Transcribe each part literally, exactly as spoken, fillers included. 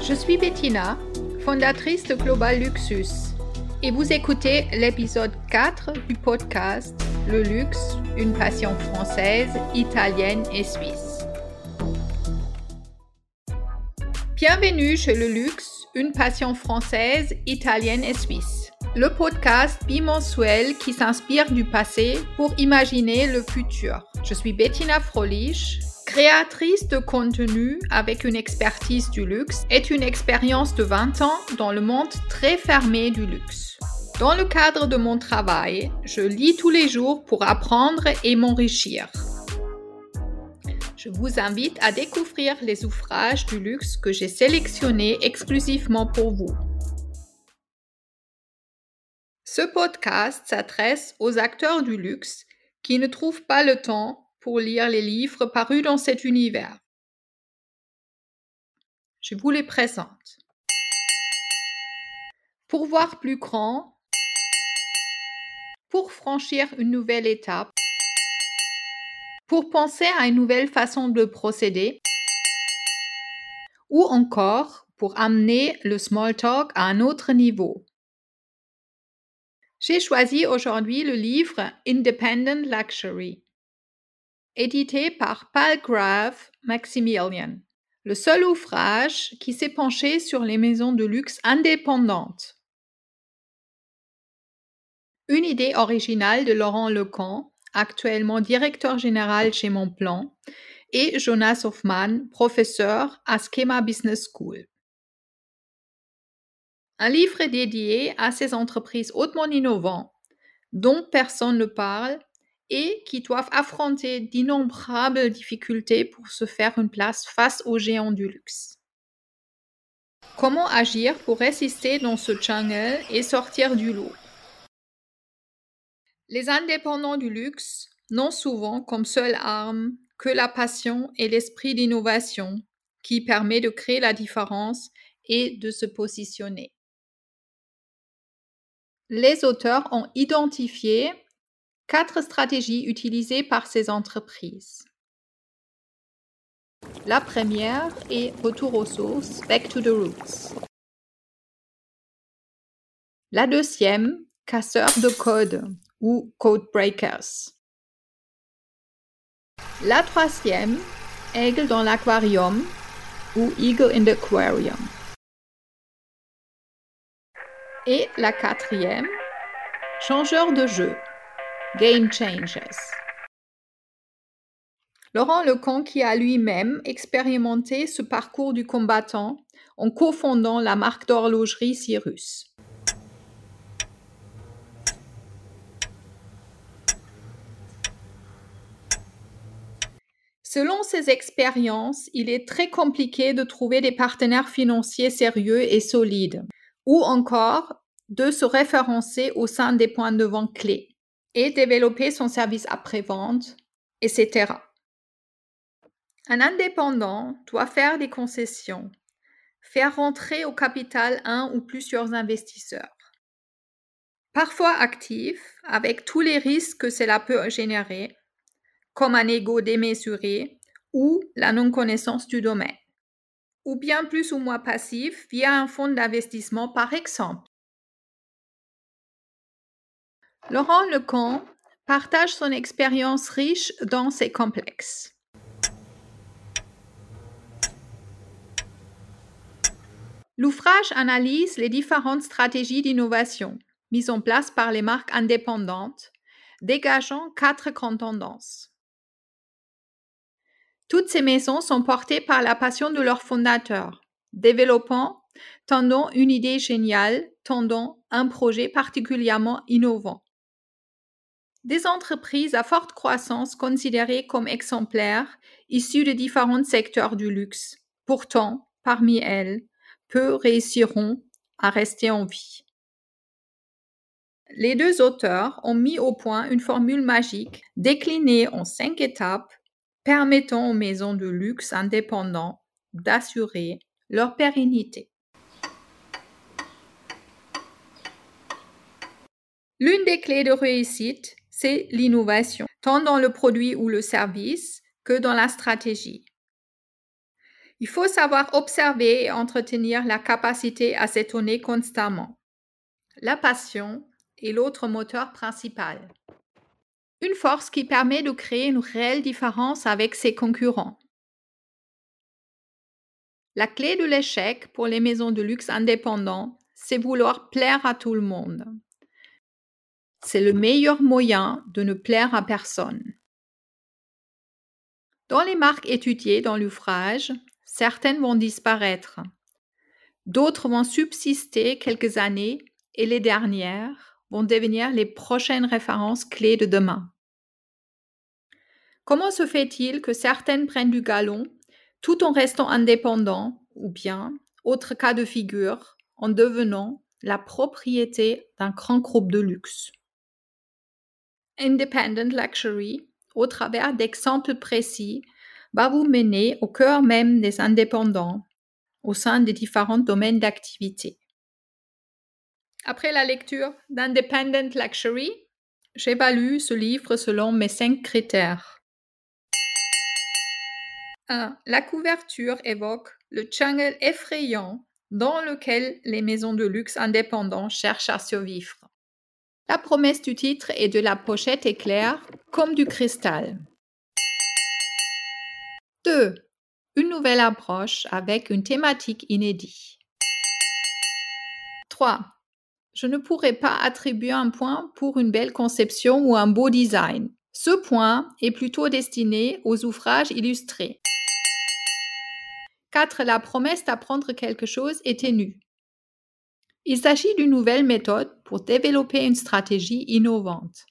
Je suis Bettina, fondatrice de Global Luxus, et vous écoutez l'épisode quatre du podcast Le luxe, une passion française, italienne et suisse. Bienvenue chez Le luxe, une passion française, italienne et suisse. Le podcast bimensuel qui s'inspire du passé pour imaginer le futur. Je suis Bettina Frolich, créatrice de contenu avec une expertise du luxe et une expérience de vingt ans dans le monde très fermé du luxe. Dans le cadre de mon travail, je lis tous les jours pour apprendre et m'enrichir. Je vous invite à découvrir les ouvrages du luxe que j'ai sélectionnés exclusivement pour vous. Ce podcast s'adresse aux acteurs du luxe qui ne trouvent pas le temps pour lire les livres parus dans cet univers. Je vous les présente. Pour voir plus grand, pour franchir une nouvelle étape, pour penser à une nouvelle façon de procéder, ou encore pour amener le small talk à un autre niveau. J'ai choisi aujourd'hui le livre Independent Luxury, édité par Palgrave Macmillan, le seul ouvrage qui s'est penché sur les maisons de luxe indépendantes. Une idée originale de Laurent Lecamp, actuellement directeur général chez Montblanc, et Jonas Hoffmann, professeur à Schema Business School. Un livre dédié à ces entreprises hautement innovantes, dont personne ne parle et qui doivent affronter d'innombrables difficultés pour se faire une place face aux géants du luxe. Comment agir pour résister dans ce jungle et sortir du lot? Les indépendants du luxe n'ont souvent comme seule arme que la passion et l'esprit d'innovation qui permet de créer la différence et de se positionner. Les auteurs ont identifié quatre stratégies utilisées par ces entreprises. La première est retour aux sources, back to the roots. La deuxième, casseur de code ou code breakers. La troisième, aigle dans l'aquarium ou eagle in the aquarium. Et la quatrième, changeur de jeu, game changers. Laurent Lecamp qui a lui-même expérimenté ce parcours du combattant en cofondant la marque d'horlogerie Cyrus. Selon ses expériences, il est très compliqué de trouver des partenaires financiers sérieux et solides, ou encore de se référencer au sein des points de vente clés et développer son service après-vente, et cetera. Un indépendant doit faire des concessions, faire rentrer au capital un ou plusieurs investisseurs, parfois actifs, avec tous les risques que cela peut générer, comme un ego démesuré ou la non-connaissance du domaine, ou bien plus ou moins passif via un fonds d'investissement par exemple. Laurent Lecamp partage son expérience riche dans ces complexes. L'ouvrage analyse les différentes stratégies d'innovation mises en place par les marques indépendantes, dégageant quatre grandes tendances. Toutes ces maisons sont portées par la passion de leurs fondateurs, développant, tendant une idée géniale, tendant un projet particulièrement innovant. Des entreprises à forte croissance considérées comme exemplaires, issues de différents secteurs du luxe. Pourtant, parmi elles, peu réussiront à rester en vie. Les deux auteurs ont mis au point une formule magique déclinée en cinq étapes permettant aux maisons de luxe indépendantes d'assurer leur pérennité. L'une des clés de réussite, c'est l'innovation, tant dans le produit ou le service que dans la stratégie. Il faut savoir observer et entretenir la capacité à s'étonner constamment. La passion est l'autre moteur principal. Une force qui permet de créer une réelle différence avec ses concurrents. La clé de l'échec pour les maisons de luxe indépendantes, c'est vouloir plaire à tout le monde. C'est le meilleur moyen de ne plaire à personne. Dans les marques étudiées dans l'ouvrage, certaines vont disparaître. D'autres vont subsister quelques années et les dernières vont devenir les prochaines références clés de demain. Comment se fait-il que certaines prennent du galon tout en restant indépendants ou bien, autre cas de figure, en devenant la propriété d'un grand groupe de luxe? Independent Luxury, au travers d'exemples précis, va vous mener au cœur même des indépendants au sein des différents domaines d'activité. Après la lecture d'Independent Luxury, j'évalue ce livre selon mes cinq critères. un. La couverture évoque le jungle effrayant dans lequel les maisons de luxe indépendants cherchent à survivre. La promesse du titre et de la pochette est claire, comme du cristal. deux. Une nouvelle approche avec une thématique inédite. trois. Je ne pourrais pas attribuer un point pour une belle conception ou un beau design. Ce point est plutôt destiné aux ouvrages illustrés. quatre. La promesse d'apprendre quelque chose est ténue. Il s'agit d'une nouvelle méthode pour développer une stratégie innovante.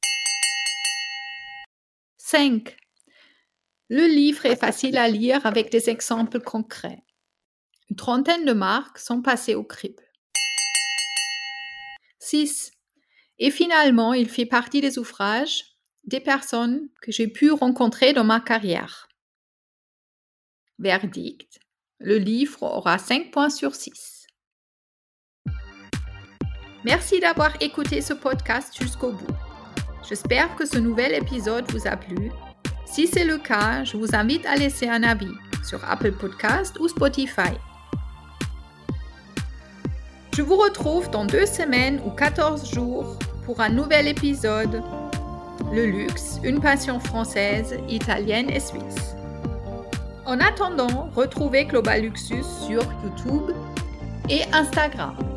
cinq. Le livre est facile à lire avec des exemples concrets. Une trentaine de marques sont passées au crible. six. Et finalement, il fait partie des ouvrages des personnes que j'ai pu rencontrer dans ma carrière. Verdict, le livre aura cinq points sur six. Merci d'avoir écouté ce podcast jusqu'au bout. J'espère que ce nouvel épisode vous a plu. Si c'est le cas, je vous invite à laisser un avis sur Apple Podcast ou Spotify. Je vous retrouve dans deux semaines ou quatorze jours pour un nouvel épisode. Le luxe, une passion française, italienne et suisse. En attendant, retrouvez Global Luxus sur YouTube et Instagram.